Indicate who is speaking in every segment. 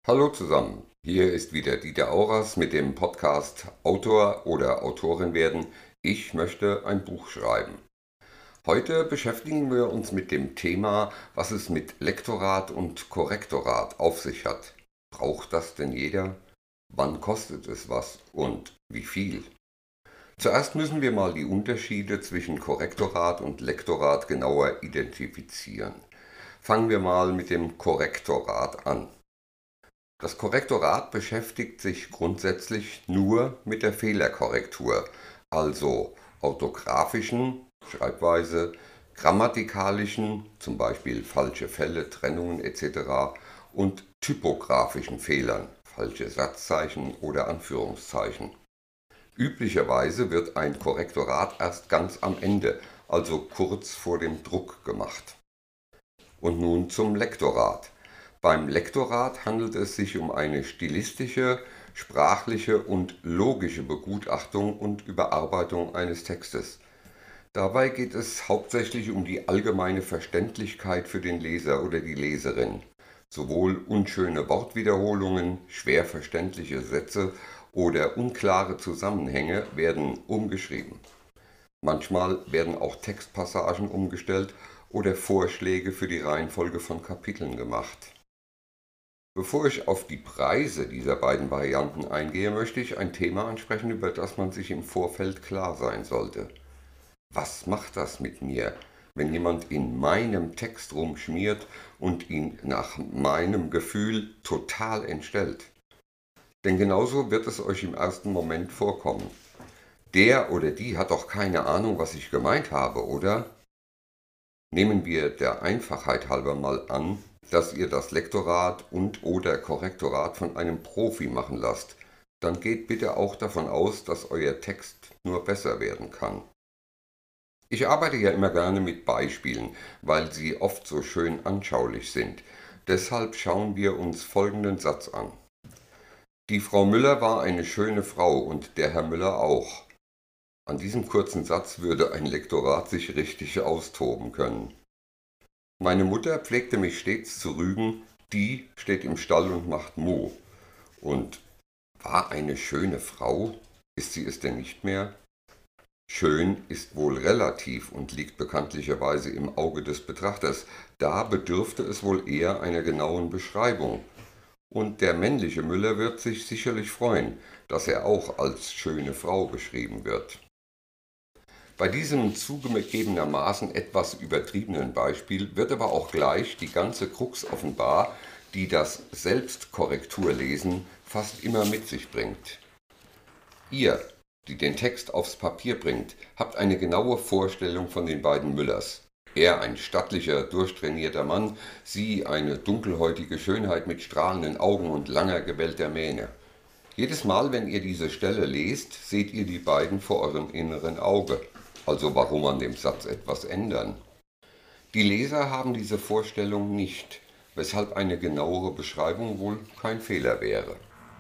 Speaker 1: Hallo zusammen, hier ist wieder Dieter Auras mit dem Podcast Autor oder Autorin werden. Ich möchte ein Buch schreiben. Heute beschäftigen wir uns mit dem Thema, was es mit Lektorat und Korrektorat auf sich hat. Braucht das denn jeder? Wann kostet es was und wie viel? Zuerst müssen wir mal die Unterschiede zwischen Korrektorat und Lektorat genauer identifizieren. Fangen wir mal mit dem Korrektorat an. Das Korrektorat beschäftigt sich grundsätzlich nur mit der Fehlerkorrektur, also orthografischen (Schreibweise), grammatikalischen (zum Beispiel falsche Fälle, Trennungen etc.) und typografischen Fehlern (falsche Satzzeichen oder Anführungszeichen). Üblicherweise wird ein Korrektorat erst ganz am Ende, also kurz vor dem Druck gemacht. Und nun zum Lektorat. Beim Lektorat handelt es sich um eine stilistische, sprachliche und logische Begutachtung und Überarbeitung eines Textes. Dabei geht es hauptsächlich um die allgemeine Verständlichkeit für den Leser oder die Leserin. Sowohl unschöne Wortwiederholungen, schwer verständliche Sätze oder unklare Zusammenhänge werden umgeschrieben. Manchmal werden auch Textpassagen umgestellt oder Vorschläge für die Reihenfolge von Kapiteln gemacht. Bevor ich auf die Preise dieser beiden Varianten eingehe, möchte ich ein Thema ansprechen, über das man sich im Vorfeld klar sein sollte. Was macht das mit mir, wenn jemand in meinem Text rumschmiert und ihn nach meinem Gefühl total entstellt? Denn genauso wird es euch im ersten Moment vorkommen. Der oder die hat doch keine Ahnung, was ich gemeint habe, oder? Nehmen wir der Einfachheit halber mal an, dass ihr das Lektorat und/oder Korrektorat von einem Profi machen lasst. Dann geht bitte auch davon aus, dass euer Text nur besser werden kann. Ich arbeite ja immer gerne mit Beispielen, weil sie oft so schön anschaulich sind. Deshalb schauen wir uns folgenden Satz an. Die Frau Müller war eine schöne Frau und der Herr Müller auch. An diesem kurzen Satz würde ein Lektorat sich richtig austoben können. Meine Mutter pflegte mich stets zu rügen, die steht im Stall und macht Muh. Und war eine schöne Frau? Ist sie es denn nicht mehr? Schön ist wohl relativ und liegt bekanntlicherweise im Auge des Betrachters. Da bedürfte es wohl eher einer genauen Beschreibung. Und der männliche Müller wird sich sicherlich freuen, dass er auch als schöne Frau beschrieben wird. Bei diesem zugegebenermaßen etwas übertriebenen Beispiel wird aber auch gleich die ganze Krux offenbar, die das Selbstkorrekturlesen fast immer mit sich bringt. Ihr, die den Text aufs Papier bringt, habt eine genaue Vorstellung von den beiden Müllers. Er ein stattlicher, durchtrainierter Mann, sie eine dunkelhäutige Schönheit mit strahlenden Augen und langer gewellter Mähne. Jedes Mal, wenn ihr diese Stelle lest, seht ihr die beiden vor eurem inneren Auge. Also warum an dem Satz etwas ändern? Die Leser haben diese Vorstellung nicht, weshalb eine genauere Beschreibung wohl kein Fehler wäre.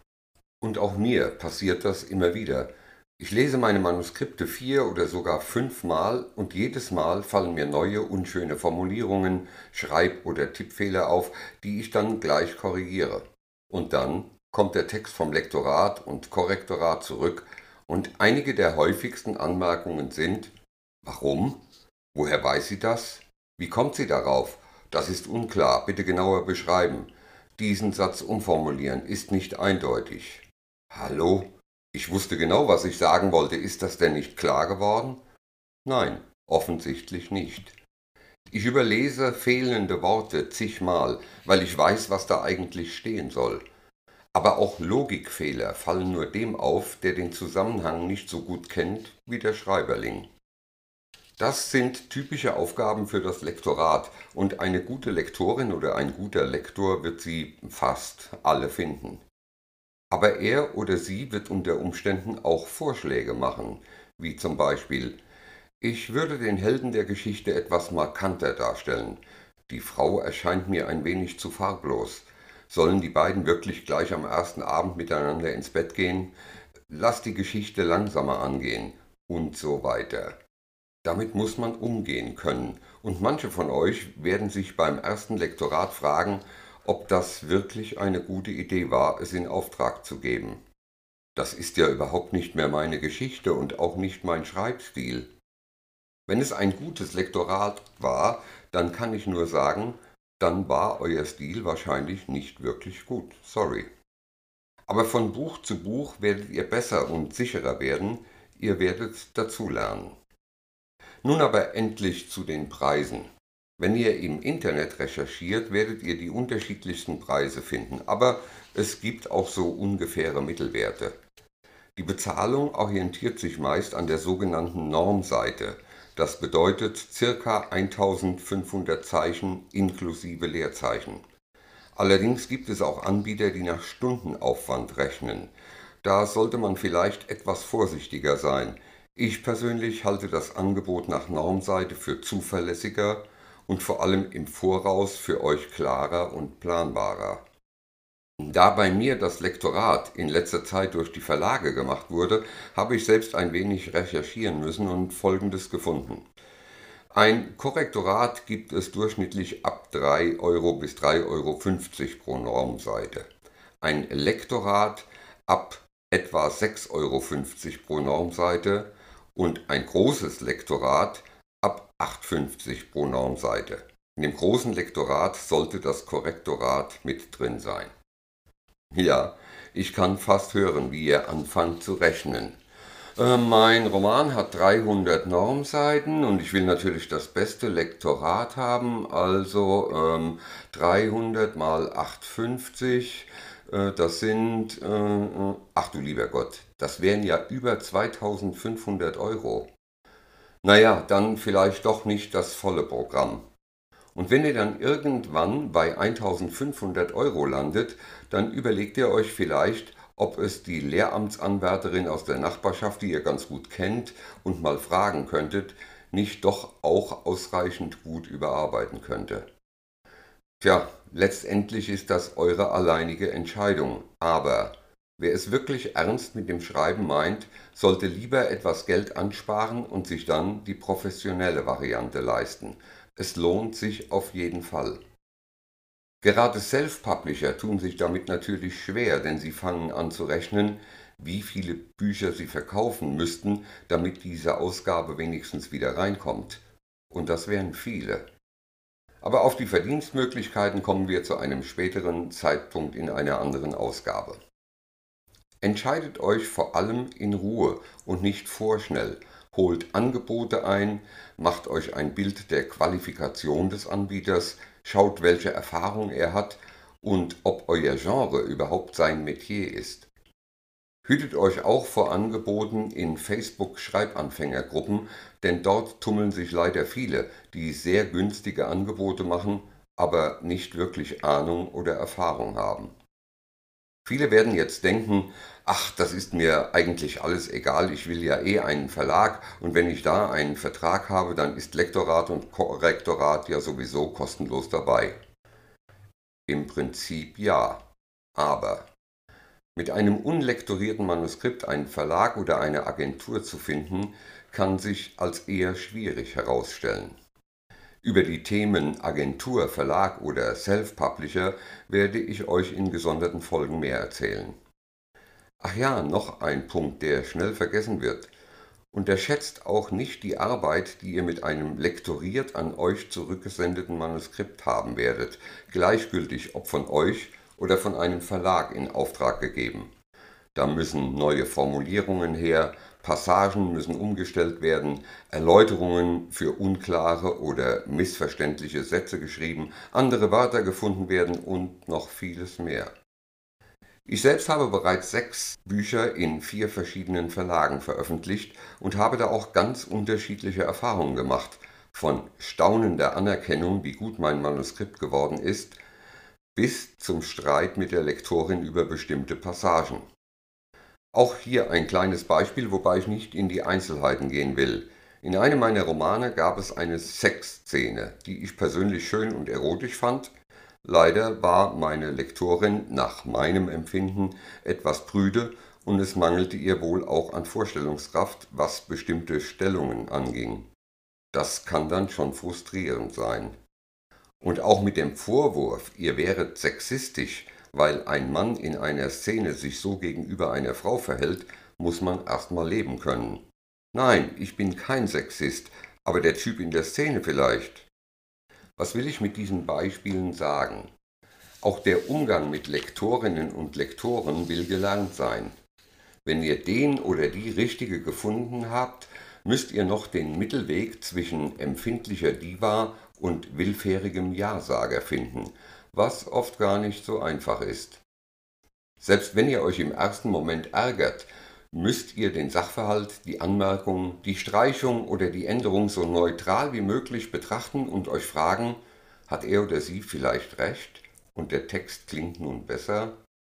Speaker 1: Und auch mir passiert das immer wieder. Ich lese meine Manuskripte 4 oder sogar 5 Mal und jedes Mal fallen mir neue unschöne Formulierungen, Schreib- oder Tippfehler auf, die ich dann gleich korrigiere. Und dann kommt der Text vom Lektorat und Korrektorat zurück und einige der häufigsten Anmerkungen sind: Warum? Woher weiß sie das? Wie kommt sie darauf? Das ist unklar, bitte genauer beschreiben. Diesen Satz umformulieren ist nicht eindeutig. Hallo? Ich wusste genau, was ich sagen wollte. Ist das denn nicht klar geworden? Nein, offensichtlich nicht. Ich überlese fehlende Worte zigmal, weil ich weiß, was da eigentlich stehen soll. Aber auch Logikfehler fallen nur dem auf, der den Zusammenhang nicht so gut kennt wie der Schreiberling. Das sind typische Aufgaben für das Lektorat und eine gute Lektorin oder ein guter Lektor wird sie fast alle finden. Aber er oder sie wird unter Umständen auch Vorschläge machen, wie zum Beispiel: Ich würde den Helden der Geschichte etwas markanter darstellen. Die Frau erscheint mir ein wenig zu farblos. Sollen die beiden wirklich gleich am ersten Abend miteinander ins Bett gehen? Lass die Geschichte langsamer angehen und so weiter. Damit muss man umgehen können und manche von euch werden sich beim ersten Lektorat fragen, ob das wirklich eine gute Idee war, es in Auftrag zu geben. Das ist ja überhaupt nicht mehr meine Geschichte und auch nicht mein Schreibstil. Wenn es ein gutes Lektorat war, dann kann ich nur sagen, dann war euer Stil wahrscheinlich nicht wirklich gut. Sorry. Aber von Buch zu Buch werdet ihr besser und sicherer werden, ihr werdet dazulernen. Nun aber endlich zu den Preisen. Wenn ihr im Internet recherchiert, werdet ihr die unterschiedlichsten Preise finden, aber es gibt auch so ungefähre Mittelwerte. Die Bezahlung orientiert sich meist an der sogenannten Normseite. Das bedeutet ca. 1500 Zeichen inklusive Leerzeichen. Allerdings gibt es auch Anbieter, die nach Stundenaufwand rechnen. Da sollte man vielleicht etwas vorsichtiger sein. Ich persönlich halte das Angebot nach Normseite für zuverlässiger und vor allem im Voraus für euch klarer und planbarer. Da bei mir das Lektorat in letzter Zeit durch die Verlage gemacht wurde, habe ich selbst ein wenig recherchieren müssen und Folgendes gefunden. Ein Korrektorat gibt es durchschnittlich ab 3 Euro bis 3,50 € pro Normseite. Ein Lektorat ab etwa 6,50 € pro Normseite und ein großes Lektorat ab 8,50 € pro Normseite. In dem großen Lektorat sollte das Korrektorat mit drin sein. Ja, ich kann fast hören, wie ihr anfangt zu rechnen. Mein Roman hat 300 Normseiten und ich will natürlich das beste Lektorat haben, also 300 mal 8,50, das sind, ach du lieber Gott, das wären ja über 2500 Euro. Naja, dann vielleicht doch nicht das volle Programm. Und wenn ihr dann irgendwann bei 1500 Euro landet, dann überlegt ihr euch vielleicht, ob es die Lehramtsanwärterin aus der Nachbarschaft, die ihr ganz gut kennt und mal fragen könntet, nicht doch auch ausreichend gut überarbeiten könnte. Tja, letztendlich ist das eure alleinige Entscheidung, aber wer es wirklich ernst mit dem Schreiben meint, sollte lieber etwas Geld ansparen und sich dann die professionelle Variante leisten. Es lohnt sich auf jeden Fall. Gerade Self-Publisher tun sich damit natürlich schwer, denn sie fangen an zu rechnen, wie viele Bücher sie verkaufen müssten, damit diese Ausgabe wenigstens wieder reinkommt. Und das wären viele. Aber auf die Verdienstmöglichkeiten kommen wir zu einem späteren Zeitpunkt in einer anderen Ausgabe. Entscheidet euch vor allem in Ruhe und nicht vorschnell. Holt Angebote ein, macht euch ein Bild der Qualifikation des Anbieters, schaut, welche Erfahrung er hat und ob euer Genre überhaupt sein Metier ist. Hütet euch auch vor Angeboten in Facebook-Schreibanfängergruppen, denn dort tummeln sich leider viele, die sehr günstige Angebote machen, aber nicht wirklich Ahnung oder Erfahrung haben. Viele werden jetzt denken, ach, das ist mir eigentlich alles egal, ich will ja eh einen Verlag und wenn ich da einen Vertrag habe, dann ist Lektorat und Korrektorat ja sowieso kostenlos dabei. Im Prinzip ja, aber mit einem unlektorierten Manuskript einen Verlag oder eine Agentur zu finden, kann sich als eher schwierig herausstellen. Über die Themen Agentur, Verlag oder Self-Publisher werde ich euch in gesonderten Folgen mehr erzählen. Ach ja, noch ein Punkt, der schnell vergessen wird. Unterschätzt auch nicht die Arbeit, die ihr mit einem lektoriert an euch zurückgesendeten Manuskript haben werdet, gleichgültig ob von euch oder von einem Verlag in Auftrag gegeben. Da müssen neue Formulierungen her, Passagen müssen umgestellt werden, Erläuterungen für unklare oder missverständliche Sätze geschrieben, andere Wörter gefunden werden und noch vieles mehr. Ich selbst habe bereits 6 Bücher in 4 verschiedenen Verlagen veröffentlicht und habe da auch ganz unterschiedliche Erfahrungen gemacht, von staunender Anerkennung, wie gut mein Manuskript geworden ist, bis zum Streit mit der Lektorin über bestimmte Passagen. Auch hier ein kleines Beispiel, wobei ich nicht in die Einzelheiten gehen will. In einem meiner Romane gab es eine Sexszene, die ich persönlich schön und erotisch fand. Leider war meine Lektorin nach meinem Empfinden etwas prüde und es mangelte ihr wohl auch an Vorstellungskraft, was bestimmte Stellungen anging. Das kann dann schon frustrierend sein. Und auch mit dem Vorwurf, ihr wäret sexistisch, weil ein Mann in einer Szene sich so gegenüber einer Frau verhält, muss man erstmal leben können. Nein, ich bin kein Sexist, aber der Typ in der Szene vielleicht. Was will ich mit diesen Beispielen sagen? Auch der Umgang mit Lektorinnen und Lektoren will gelernt sein. Wenn ihr den oder die Richtige gefunden habt, müsst ihr noch den Mittelweg zwischen empfindlicher Diva und willfährigem Ja-Sager finden, was oft gar nicht so einfach ist. Selbst wenn ihr euch im ersten Moment ärgert, müsst ihr den Sachverhalt, die Anmerkung, die Streichung oder die Änderung so neutral wie möglich betrachten und euch fragen, hat er oder sie vielleicht recht und der Text klingt nun besser?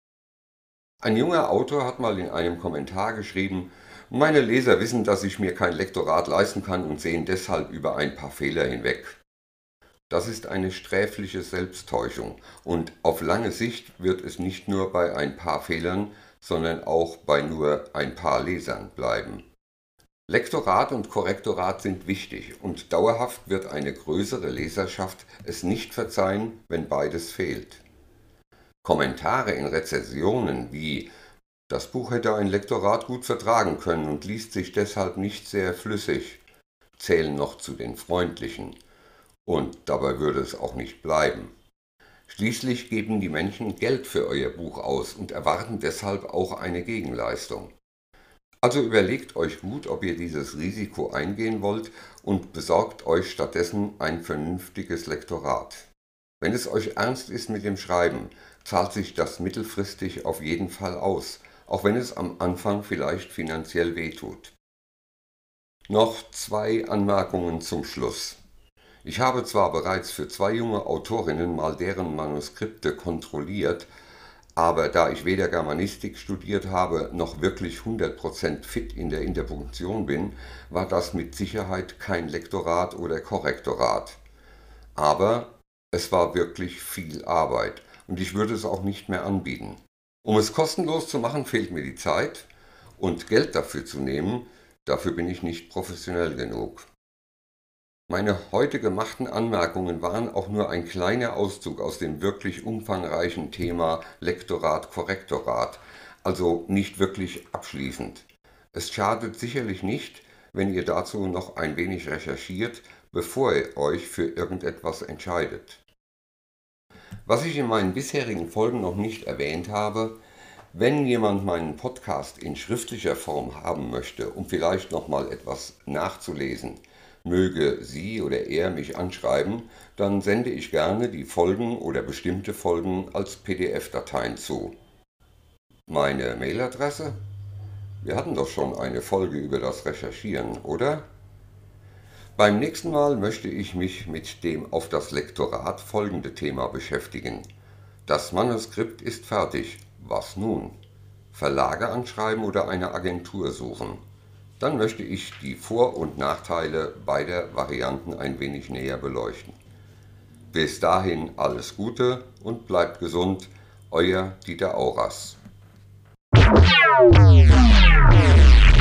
Speaker 1: Ein junger Autor hat mal in einem Kommentar geschrieben, meine Leser wissen, dass ich mir kein Lektorat leisten kann und sehen deshalb über ein paar Fehler hinweg. Das ist eine sträfliche Selbsttäuschung und auf lange Sicht wird es nicht nur bei ein paar Fehlern, sondern auch bei nur ein paar Lesern bleiben. Lektorat und Korrektorat sind wichtig und dauerhaft wird eine größere Leserschaft es nicht verzeihen, wenn beides fehlt. Kommentare in Rezensionen wie das Buch hätte ein Lektorat gut vertragen können und liest sich deshalb nicht sehr flüssig, zählen noch zu den freundlichen. Und dabei würde es auch nicht bleiben. Schließlich geben die Menschen Geld für euer Buch aus und erwarten deshalb auch eine Gegenleistung. Also überlegt euch gut, ob ihr dieses Risiko eingehen wollt und besorgt euch stattdessen ein vernünftiges Lektorat. Wenn es euch ernst ist mit dem Schreiben, zahlt sich das mittelfristig auf jeden Fall aus, auch wenn es am Anfang vielleicht finanziell wehtut. Noch 2 Anmerkungen zum Schluss. Ich habe zwar bereits für 2 junge Autorinnen mal deren Manuskripte kontrolliert, aber da ich weder Germanistik studiert habe, noch wirklich 100% fit in der Interpunktion bin, war das mit Sicherheit kein Lektorat oder Korrektorat. Aber es war wirklich viel Arbeit und ich würde es auch nicht mehr anbieten. Um es kostenlos zu machen, fehlt mir die Zeit und Geld dafür zu nehmen, dafür bin ich nicht professionell genug. Meine heute gemachten Anmerkungen waren auch nur ein kleiner Auszug aus dem wirklich umfangreichen Thema Lektorat-Korrektorat, also nicht wirklich abschließend. Es schadet sicherlich nicht, wenn ihr dazu noch ein wenig recherchiert, bevor ihr euch für irgendetwas entscheidet. Was ich in meinen bisherigen Folgen noch nicht erwähnt habe, wenn jemand meinen Podcast in schriftlicher Form haben möchte, um vielleicht nochmal etwas nachzulesen, möge sie oder er mich anschreiben, dann sende ich gerne die Folgen oder bestimmte Folgen als PDF-Dateien zu. Meine Mailadresse? Wir hatten doch schon eine Folge über das Recherchieren, oder? Beim nächsten Mal möchte ich mich mit dem auf das Lektorat folgende Thema beschäftigen. Das Manuskript ist fertig. Was nun? Verlage anschreiben oder eine Agentur suchen? Dann möchte ich die Vor- und Nachteile beider Varianten ein wenig näher beleuchten. Bis dahin alles Gute und bleibt gesund, euer Dieter Auras.